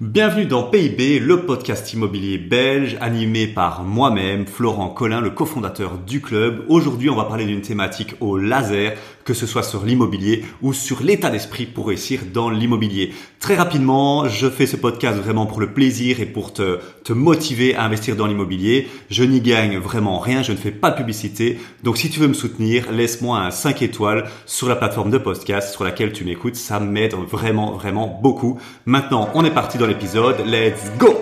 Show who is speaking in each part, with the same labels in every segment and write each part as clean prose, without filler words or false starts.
Speaker 1: Bienvenue dans PIB, le podcast immobilier belge animé par moi-même, Florent Collin, le cofondateur du club. Aujourd'hui, on va parler d'une thématique au laser, que ce soit sur l'immobilier ou sur l'état d'esprit pour réussir dans l'immobilier. Très rapidement, je fais ce podcast vraiment pour le plaisir et pour te motiver à investir dans l'immobilier. Je n'y gagne vraiment rien, je ne fais pas de publicité. Donc si tu veux me soutenir, laisse-moi un 5 étoiles sur la plateforme de podcast sur laquelle tu m'écoutes. Ça m'aide vraiment beaucoup. Maintenant, on est parti dans l'épisode. Let's go!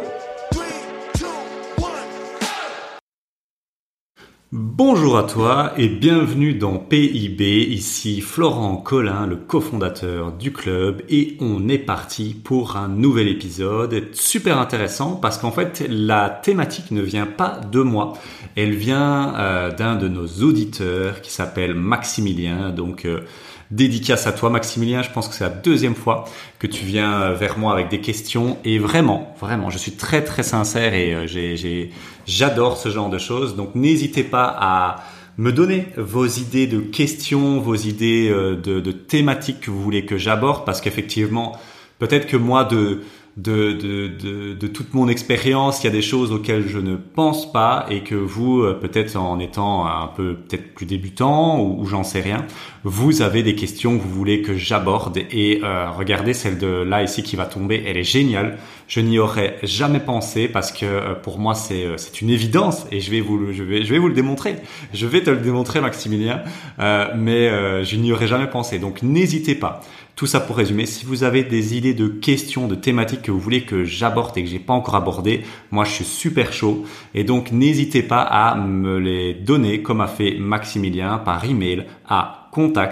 Speaker 1: Bonjour à toi et bienvenue dans PIB, ici Florent Collin, le cofondateur du club, et on est parti pour un nouvel épisode super intéressant parce qu'en fait la thématique ne vient pas de moi, elle vient d'un de nos auditeurs qui s'appelle Maximilien, donc dédicace à toi Maximilien, je pense que c'est la deuxième fois que tu viens vers moi avec des questions et vraiment, je suis très sincère et j'adore ce genre de choses. Donc n'hésitez pas à me donner vos idées de questions, vos idées de thématiques que vous voulez que j'aborde parce qu'effectivement, peut-être que moi de toute mon expérience, il y a des choses auxquelles je ne pense pas et que vous, peut-être en étant un peu peut-être plus débutant ou j'en sais rien, vous avez des questions que vous voulez que j'aborde et regardez celle de là ici qui va tomber, elle est géniale. Je n'y aurais jamais pensé parce que pour moi c'est une évidence et je vais vous le démontrer. Je vais te le démontrer Maximilien, mais je n'y aurais jamais pensé. Donc n'hésitez pas. Tout ça pour résumer, si vous avez des idées de questions, de thématiques que vous voulez que j'aborde et que j'ai pas encore abordées, moi je suis super chaud et donc n'hésitez pas à me les donner comme a fait Maximilien par email à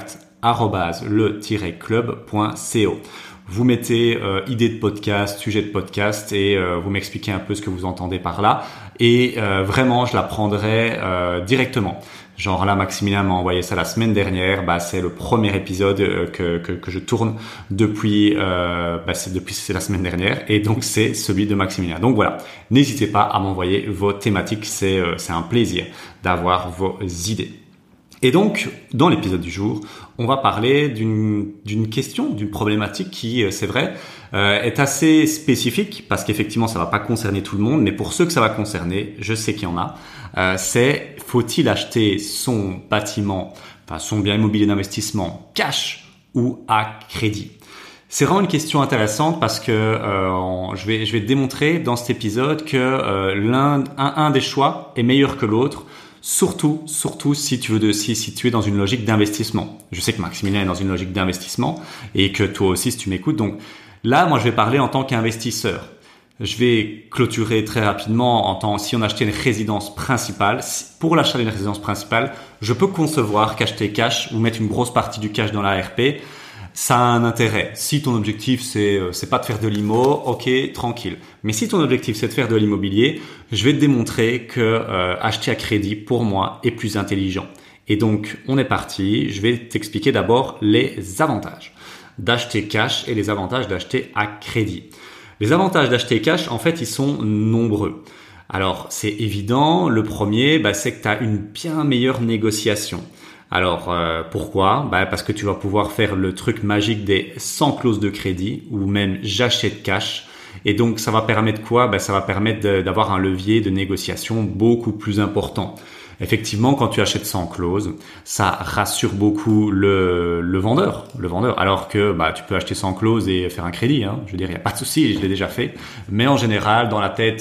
Speaker 1: contact@le-club.co. Vous mettez idée de podcast, sujet de podcast et vous m'expliquez un peu ce que vous entendez par là et vraiment je la prendrai directement. Genre là, Maximilien m'a envoyé ça la semaine dernière. C'est le premier épisode que je tourne depuis. C'est la semaine dernière et donc c'est celui de Maximilien. Donc voilà, n'hésitez pas à m'envoyer vos thématiques. C'est un plaisir d'avoir vos idées. Et donc, dans l'épisode du jour, on va parler d'une question, d'une problématique qui, c'est vrai, est assez spécifique parce qu'effectivement, ça va pas concerner tout le monde, mais pour ceux que ça va concerner, je sais qu'il y en a. C'est faut-il acheter son bâtiment, enfin son bien immobilier d'investissement cash ou à crédit? C'est vraiment une question intéressante parce que je vais démontrer dans cet épisode que un des choix est meilleur que l'autre. Surtout si tu es dans une logique d'investissement. Je sais que Maximilien est dans une logique d'investissement et que toi aussi si tu m'écoutes. Donc là, moi je vais parler en tant qu'investisseur. Je vais clôturer très rapidement si on achetait une résidence principale. Pour l'achat d'une résidence principale, je peux concevoir qu'acheter cash ou mettre une grosse partie du cash dans la RP, ça a un intérêt. Si ton objectif c'est pas de faire de l'IMO, ok, tranquille. Mais si ton objectif c'est de faire de l'immobilier, je vais te démontrer que acheter à crédit pour moi est plus intelligent. Et donc on est parti. Je vais t'expliquer d'abord les avantages d'acheter cash et les avantages d'acheter à crédit. Les avantages d'acheter cash, en fait, ils sont nombreux. Alors, c'est évident. Le premier, c'est que tu as une bien meilleure négociation. Alors, pourquoi? Parce que tu vas pouvoir faire le truc magique des 100 clauses de crédit ou même j'achète cash. Et donc, ça va permettre quoi? Ça va permettre d'avoir un levier de négociation beaucoup plus important. Effectivement, quand tu achètes sans clause, ça rassure beaucoup le vendeur. Alors que tu peux acheter sans clause et faire un crédit. Je veux dire, il n'y a pas de souci, je l'ai déjà fait. Mais en général, dans la tête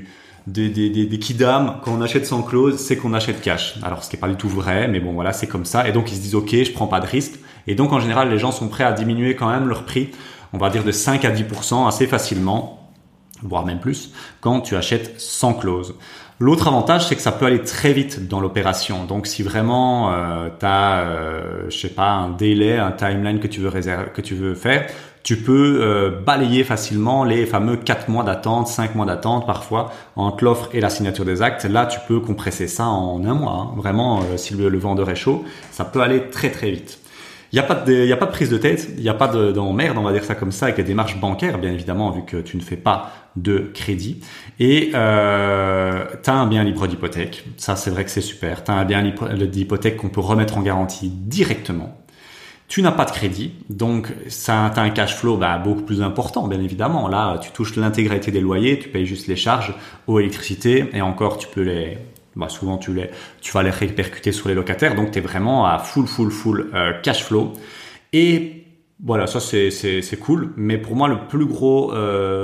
Speaker 1: des kidam, quand on achète sans clause, c'est qu'on achète cash. Alors, ce qui n'est pas du tout vrai, mais bon, voilà, c'est comme ça. Et donc, ils se disent, ok, je prends pas de risque. Et donc, en général, les gens sont prêts à diminuer quand même leur prix, on va dire de 5 à 10% assez facilement, voire même plus, quand tu achètes sans clause. L'autre avantage, c'est que ça peut aller très vite dans l'opération. Donc, si vraiment tu as, un délai, un timeline que tu veux faire, tu peux balayer facilement les fameux 4 mois d'attente, 5 mois d'attente parfois entre l'offre et la signature des actes. Là, tu peux compresser ça en un mois. Vraiment, si le vendeur est chaud, ça peut aller très vite. Il y a pas de prise de tête, il y a pas d'emmerde, on va dire ça comme ça, avec les démarches bancaires, bien évidemment, vu que tu ne fais pas de crédit. Et t'as un bien libre d'hypothèque. Ça, c'est vrai que c'est super. T'as un bien libre d'hypothèque qu'on peut remettre en garantie directement. Tu n'as pas de crédit, donc ça t'as un cash flow beaucoup plus important, bien évidemment. Là, tu touches l'intégralité des loyers, tu payes juste les charges, eau, électricité, et encore tu peux souvent tu vas les répercuter sur les locataires, donc tu es vraiment à full cash flow. Et voilà, ça c'est cool, mais pour moi le plus gros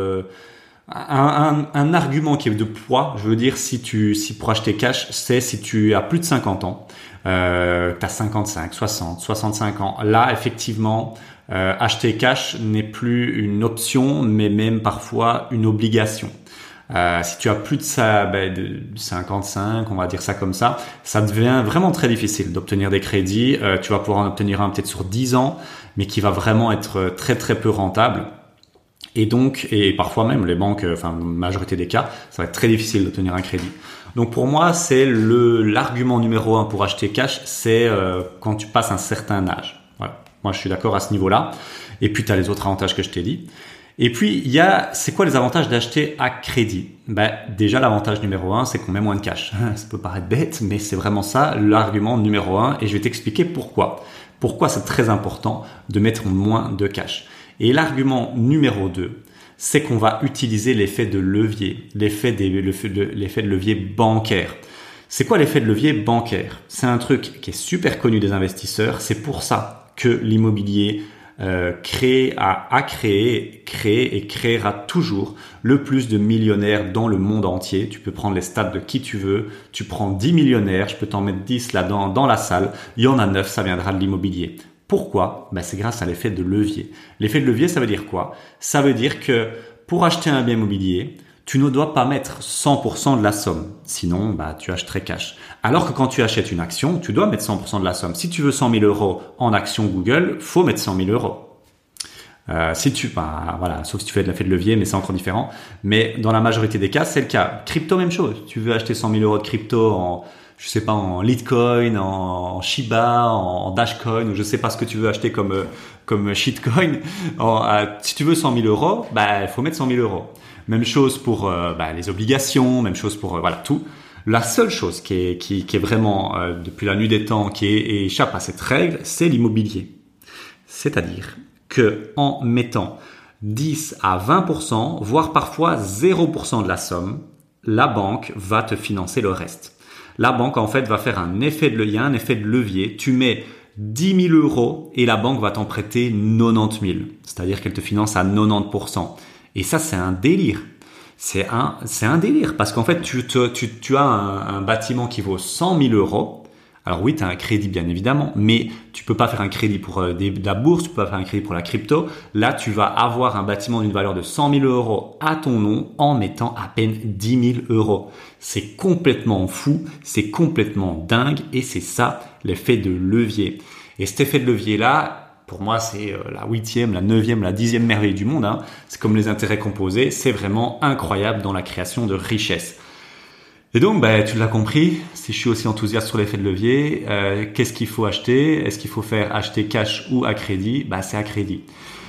Speaker 1: un argument qui est de poids, je veux dire, si pour acheter cash, c'est si tu as plus de 50 ans, t'as 55, 60, 65 ans. Là, effectivement, acheter cash n'est plus une option, mais même parfois une obligation. Si tu as plus de 55, on va dire ça comme ça devient vraiment très difficile d'obtenir des crédits. Tu vas pouvoir en obtenir un peut-être sur 10 ans, mais qui va vraiment être très très peu rentable. Et parfois même les banques, la majorité des cas, ça va être très difficile d'obtenir un crédit. Donc pour moi, c'est l'argument numéro 1 pour acheter cash, c'est quand tu passes un certain âge. Voilà. Moi, je suis d'accord à ce niveau-là. Et puis, tu as les autres avantages que je t'ai dit. Et puis, c'est quoi les avantages d'acheter à crédit? Déjà, l'avantage numéro 1, c'est qu'on met moins de cash. Ça peut paraître bête, mais c'est vraiment ça l'argument numéro 1. Et je vais t'expliquer pourquoi. Pourquoi c'est très important de mettre moins de cash. Et l'argument numéro 2, c'est qu'on va utiliser l'effet de levier, l'effet de levier bancaire. C'est quoi l'effet de levier bancaire? C'est un truc qui est super connu des investisseurs. C'est pour ça que l'immobilier crée et créera toujours le plus de millionnaires dans le monde entier. Tu peux prendre les stats de qui tu veux. Tu prends 10 millionnaires, je peux t'en mettre 10 là dans la salle. Il y en a 9, ça viendra de l'immobilier. Pourquoi? C'est grâce à l'effet de levier. L'effet de levier, ça veut dire quoi? Ça veut dire que pour acheter un bien immobilier, tu ne dois pas mettre 100% de la somme. Sinon, tu achèterais cash. Alors que quand tu achètes une action, tu dois mettre 100% de la somme. Si tu veux 100 000 euros en action Google, faut mettre 100 000 euros. Sauf si tu fais de l'effet de levier, mais c'est encore différent. Mais dans la majorité des cas, c'est le cas. Crypto, même chose. Tu veux acheter 100 000 euros de crypto en Litecoin, en Shiba, en Dashcoin, ou je sais pas ce que tu veux acheter comme shitcoin. Si tu veux 100 000 euros, il faut mettre 100 000 euros. Même chose pour les obligations, même chose pour tout. La seule chose qui est vraiment depuis la nuit des temps qui échappe à cette règle, c'est l'immobilier. C'est-à-dire que en mettant 10 à 20%, voire parfois 0% de la somme, la banque va te financer le reste. La banque, en fait, va faire un effet de levier. Tu mets 10 000 euros et la banque va t'en prêter 90 000. C'est-à-dire qu'elle te finance à 90%. Et ça, c'est un délire. C'est un délire parce qu'en fait, tu as un bâtiment qui vaut 100 000 euros. Alors oui, tu as un crédit, bien évidemment, mais tu peux pas faire un crédit pour la bourse, tu peux pas faire un crédit pour la crypto. Là, tu vas avoir un bâtiment d'une valeur de 100 000 euros à ton nom en mettant à peine 10 000 euros. C'est complètement fou, c'est complètement dingue et c'est ça l'effet de levier. Et cet effet de levier-là, pour moi, c'est la 8e, la 9e, la 10e merveille du monde. C'est comme les intérêts composés, c'est vraiment incroyable dans la création de richesse. Et donc, tu l'as compris, si je suis aussi enthousiaste sur l'effet de levier, qu'est-ce qu'il faut acheter? Est-ce qu'il faut acheter cash ou à crédit? C'est à crédit.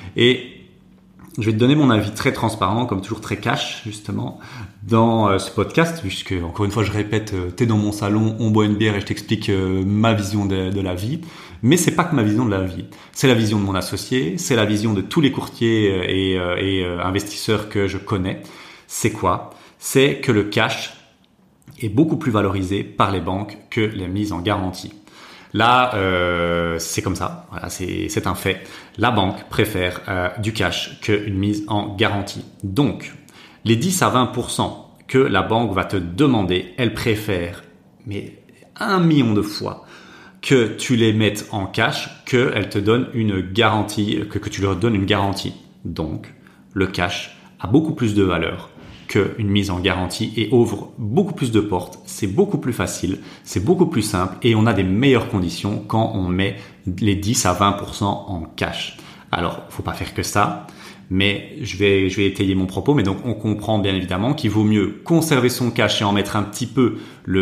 Speaker 1: Et je vais te donner mon avis très transparent, comme toujours très cash, justement, dans ce podcast, puisque, encore une fois, je répète, t'es dans mon salon, on boit une bière et je t'explique ma vision de la vie. Mais c'est pas que ma vision de la vie. C'est la vision de mon associé, c'est la vision de tous les courtiers et investisseurs que je connais. C'est quoi? C'est que le cash est beaucoup plus valorisé par les banques que les mises en garantie. Là, c'est comme ça. Voilà, c'est un fait. La banque préfère du cash qu'une mise en garantie. Donc, les 10 à 20% que la banque va te demander, elle préfère, mais 1 million de fois, que tu les mettes en cash, qu'elle te donne une garantie, que tu leur donnes une garantie. Donc, le cash a beaucoup plus de valeur qu'une mise en garantie et ouvre beaucoup plus de portes, c'est beaucoup plus facile, c'est beaucoup plus simple et on a des meilleures conditions quand on met les 10 à 20% en cash. Alors, faut pas faire que ça, mais je vais étayer mon propos, mais donc on comprend bien évidemment qu'il vaut mieux conserver son cash et en mettre un petit peu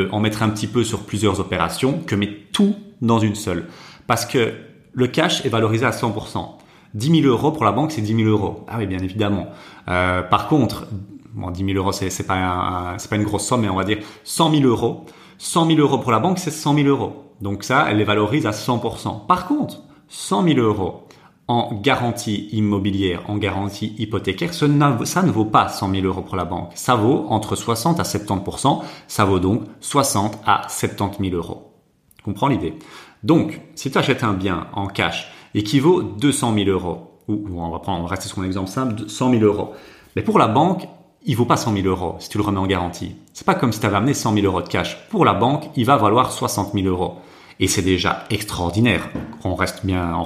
Speaker 1: sur plusieurs opérations que mettre tout dans une seule. Parce que le cash est valorisé à 100%. 10 000 euros pour la banque, c'est 10 000 euros. Ah oui, bien évidemment. Par contre, 10 000 euros, c'est pas une grosse somme, mais on va dire 100 000 euros. 100 000 euros pour la banque, c'est 100 000 euros. Donc ça, elle les valorise à 100%. Par contre, 100 000 euros en garantie immobilière, en garantie hypothécaire, ça ne vaut pas 100 000 euros pour la banque. Ça vaut entre 60 à 70%. Ça vaut donc 60 à 70 000 euros. Tu comprends l'idée? Donc, si tu achètes un bien en cash et qui vaut 200 000 euros, ou on va rester sur mon exemple simple, 100 000 euros. Mais pour la banque, il vaut pas 100 000 euros si tu le remets en garantie. C'est pas comme si tu avais amené 100 000 euros de cash. Pour la banque, il va valoir 60 000 euros. Et c'est déjà extraordinaire. On reste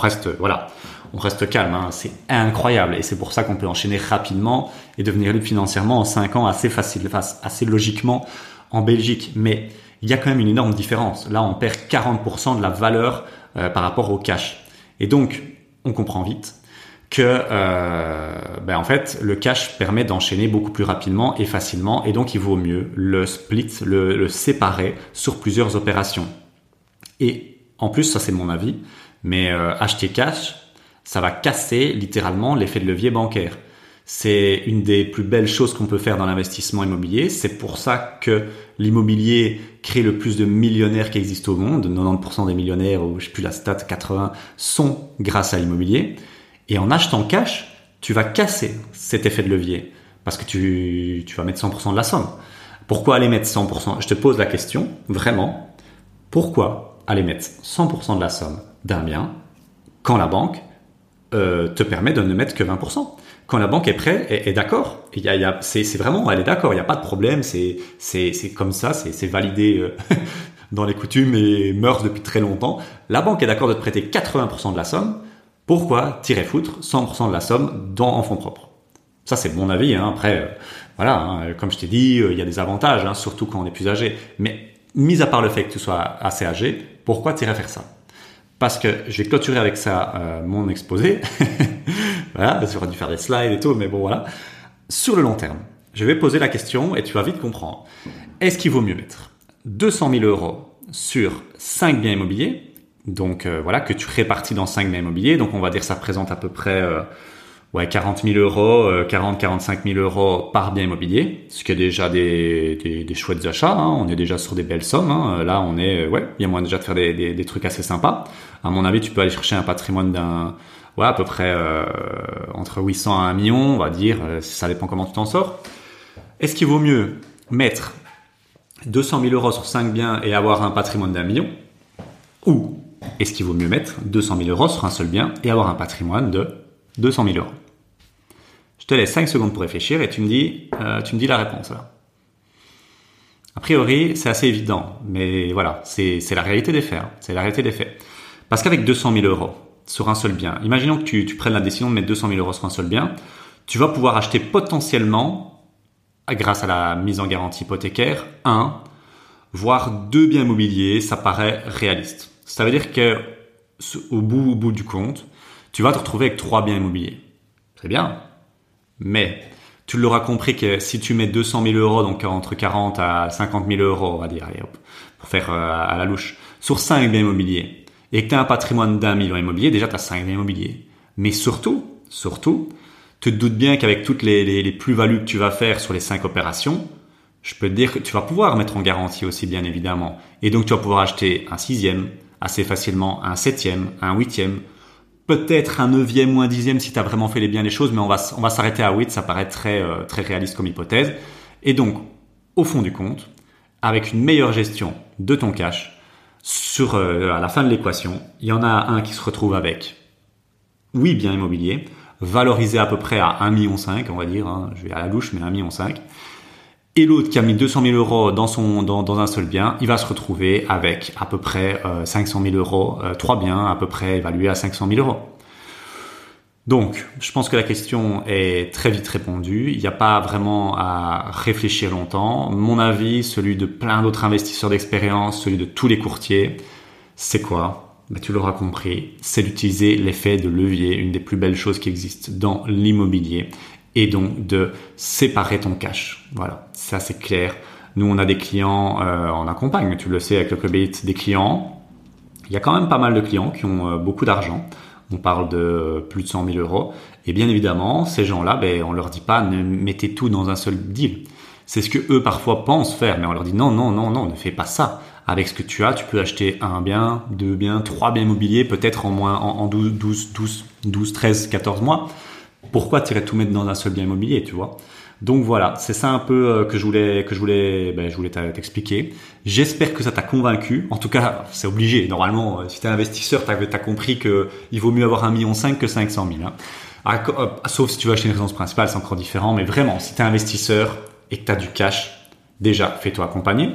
Speaker 1: calme, hein. C'est incroyable. Et c'est pour ça qu'on peut enchaîner rapidement et devenir libre financièrement en 5 ans assez logiquement en Belgique. Mais il y a quand même une énorme différence. Là, on perd 40% de la valeur par rapport au cash. Et donc, on comprend vite que en fait le cash permet d'enchaîner beaucoup plus rapidement et facilement, et donc il vaut mieux le split, le séparer sur plusieurs opérations. Et en plus, ça c'est mon avis, mais acheter cash, ça va casser littéralement l'effet de levier bancaire. C'est une des plus belles choses qu'on peut faire dans l'investissement immobilier. C'est pour ça que l'immobilier crée le plus de millionnaires qui existent au monde. 90% des millionnaires, ou je sais plus la stat, 80, sont grâce à l'immobilier. Et en achetant cash, tu vas casser cet effet de levier parce que tu vas mettre 100% de la somme. Pourquoi aller mettre 100%? Je te pose la question, vraiment. Pourquoi aller mettre 100% de la somme d'un bien quand la banque te permet de ne mettre que 20%? Quand la banque est d'accord, c'est vraiment, elle est d'accord, il n'y a pas de problème, c'est comme ça, c'est validé dans les coutumes et mœurs depuis très longtemps. La banque est d'accord de te prêter 80% de la somme. Pourquoi tirer foutre 100% de la somme en fonds propres? Ça, c'est mon avis. Hein. Après, comme je t'ai dit, il y a des avantages, hein, surtout quand on est plus âgé. Mais mis à part le fait que tu sois assez âgé, pourquoi t'irais faire ça? Parce que je vais clôturer avec ça mon exposé. Voilà, j'aurais dû faire des slides et tout, mais bon, voilà. Sur le long terme, je vais poser la question et tu vas vite comprendre. Est-ce qu'il vaut mieux mettre 200 000 euros sur 5 biens immobiliers? Donc que tu répartis dans 5 biens immobiliers. Donc on va dire que ça représente à peu près 40 000 euros, 40-45 000 euros par bien immobilier, ce qui est déjà des chouettes achats. Hein. On est déjà sur des belles sommes. Hein. Là, on est, il y a moyen déjà de faire des trucs assez sympas. À mon avis, tu peux aller chercher un patrimoine à peu près entre 800 à 1 million, on va dire. Ça dépend comment tu t'en sors. Est-ce qu'il vaut mieux mettre 200 000 euros sur 5 biens et avoir un patrimoine d'1 million, ou est-ce qu'il vaut mieux mettre 200 000 euros sur un seul bien et avoir un patrimoine de 200 000 euros? Je te laisse 5 secondes pour réfléchir et tu me dis la réponse là. A priori, c'est assez évident, mais voilà, c'est la réalité des faits. Hein. C'est la réalité des faits. Parce qu'avec 200 000 euros sur un seul bien, imaginons que tu prennes la décision de mettre 200 000 euros sur un seul bien, tu vas pouvoir acheter potentiellement, grâce à la mise en garantie hypothécaire, 1, voire 2 biens immobiliers, ça paraît réaliste. Ça veut dire que au bout du compte, tu vas te retrouver avec 3 biens immobiliers. C'est bien, mais tu l'auras compris que si tu mets 200 000 euros, donc entre 40 à 50 000 euros, on va dire, allez hop, pour faire à la louche, sur 5 biens immobiliers, et que tu as un patrimoine d'1 million immobilier, déjà tu as 5 biens immobiliers. Mais surtout, tu te doutes bien qu'avec toutes les plus-values que tu vas faire sur les 5 opérations, je peux te dire que tu vas pouvoir mettre en garantie aussi, bien évidemment. Et donc, tu vas pouvoir acheter un 6e assez facilement, un 7e, un 8e, peut-être un 9e ou un 10e si tu as vraiment fait bien les choses, mais on va s'arrêter à 8, ça paraît très réaliste comme hypothèse. Et donc, au fond du compte, avec une meilleure gestion de ton cash, à la fin de l'équation, il y en a un qui se retrouve avec 8 biens immobiliers, valorisé à peu près à 1,5 million, on va dire, hein, je vais à la louche, mais 1,5 million. Et l'autre qui a mis 200 000 euros dans un seul bien, il va se retrouver avec à peu près 500 000 euros, 3 biens à peu près évalués à 500 000 euros. Donc, je pense que la question est très vite répondue. Il n'y a pas vraiment à réfléchir longtemps. Mon avis, celui de plein d'autres investisseurs d'expérience, celui de tous les courtiers, c'est quoi? Tu l'auras compris, c'est d'utiliser l'effet de levier, une des plus belles choses qui existent dans l'immobilier. Et donc de séparer ton cash. Voilà, ça c'est clair. Nous, on a des clients, on accompagne, tu le sais, avec le Club Elite, des clients. Il y a quand même pas mal de clients qui ont beaucoup d'argent. On parle de plus de 100 000 euros. Et bien évidemment, ces gens-là, on leur dit pas ne mettez tout dans un seul deal. C'est ce que eux parfois pensent faire, mais on leur dit non, ne fais pas ça. Avec ce que tu as, tu peux acheter un bien, deux biens, trois biens immobiliers, peut-être en 12, 13, 14 mois. Pourquoi tu irais tout mettre dans un seul bien immobilier, tu vois? Donc voilà, c'est ça un peu que je voulais t'expliquer. J'espère que ça t'a convaincu. En tout cas, c'est obligé. Normalement, si t'es investisseur, t'as compris que il vaut mieux avoir 1,5 million que 500 000. Hein. Sauf si tu veux acheter une résidence principale, c'est encore différent. Mais vraiment, si t'es investisseur et que t'as du cash, déjà, fais-toi accompagner.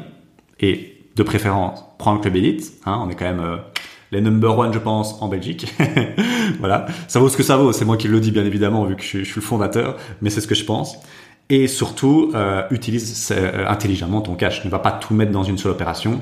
Speaker 1: Et de préférence, prends le club élite. Hein, on est quand même les number one, je pense, en Belgique. Voilà, ça vaut ce que ça vaut. C'est moi qui le dis, bien évidemment, vu que je suis le fondateur. Mais c'est ce que je pense. Et surtout, utilise intelligemment ton cash. Ne va pas tout mettre dans une seule opération.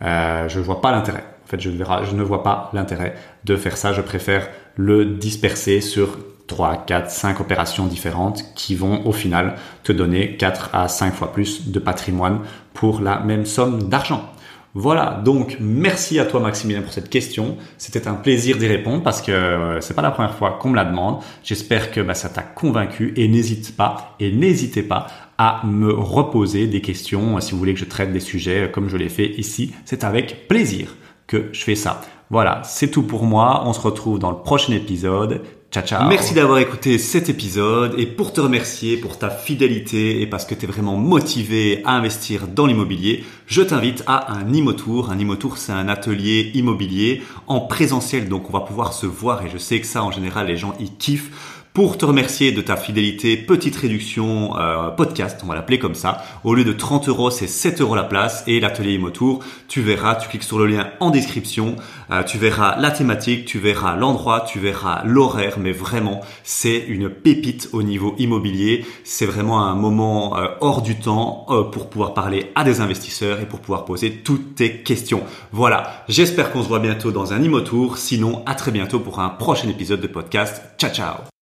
Speaker 1: Je vois pas l'intérêt. En fait, je ne vois pas l'intérêt de faire ça. Je préfère le disperser sur 3, 4, 5 opérations différentes qui vont au final te donner 4 à 5 fois plus de patrimoine pour la même somme d'argent. Voilà, donc merci à toi Maximilien pour cette question. C'était un plaisir d'y répondre parce que c'est pas la première fois qu'on me la demande. J'espère que ça t'a convaincu et n'hésitez pas à me reposer des questions si vous voulez que je traite des sujets comme je l'ai fait ici. C'est avec plaisir que je fais ça. Voilà, c'est tout pour moi. On se retrouve dans le prochain épisode. Ciao, ciao. Merci d'avoir écouté cet épisode et pour te remercier pour ta fidélité et parce que tu es vraiment motivé à investir dans l'immobilier, je t'invite à un IMOTour. Un IMOTour, c'est un atelier immobilier en présentiel, donc on va pouvoir se voir et je sais que ça, en général, les gens y kiffent. Pour te remercier de ta fidélité, petite réduction podcast, on va l'appeler comme ça. Au lieu de 30 €, c'est 7 € la place et l'atelier IMOTour, tu verras, tu cliques sur le lien en description, tu verras la thématique, tu verras l'endroit, tu verras l'horaire, mais vraiment, c'est une pépite au niveau immobilier. C'est vraiment un moment hors du temps pour pouvoir parler à des investisseurs et pour pouvoir poser toutes tes questions. Voilà, j'espère qu'on se voit bientôt dans un IMOTour. Sinon, à très bientôt pour un prochain épisode de podcast. Ciao, ciao.